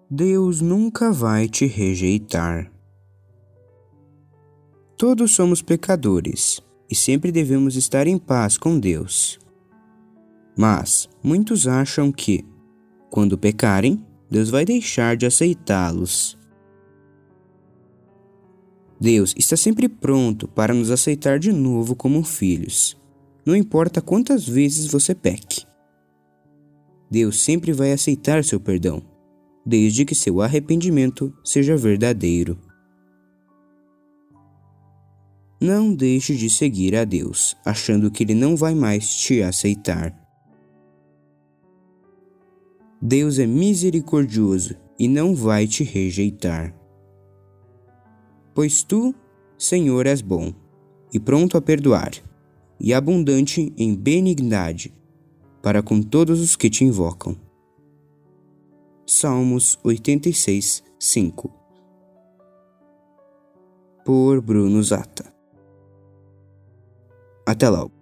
Deus nunca vai te rejeitar. Todos somos pecadores e sempre devemos estar em paz com Deus. Mas muitos acham que, quando pecarem, Deus vai deixar de aceitá-los. Deus está sempre pronto para nos aceitar de novo como filhos, não importa quantas vezes você peque. Deus sempre vai aceitar seu perdão, desde que seu arrependimento seja verdadeiro. Não deixe de seguir a Deus, achando que Ele não vai mais te aceitar. Deus é misericordioso e não vai te rejeitar. Pois tu, Senhor, és bom, e pronto a perdoar, e abundante em benignidade, para com todos os que te invocam. Salmos 86, 5. Por Bruno Zata. Até logo.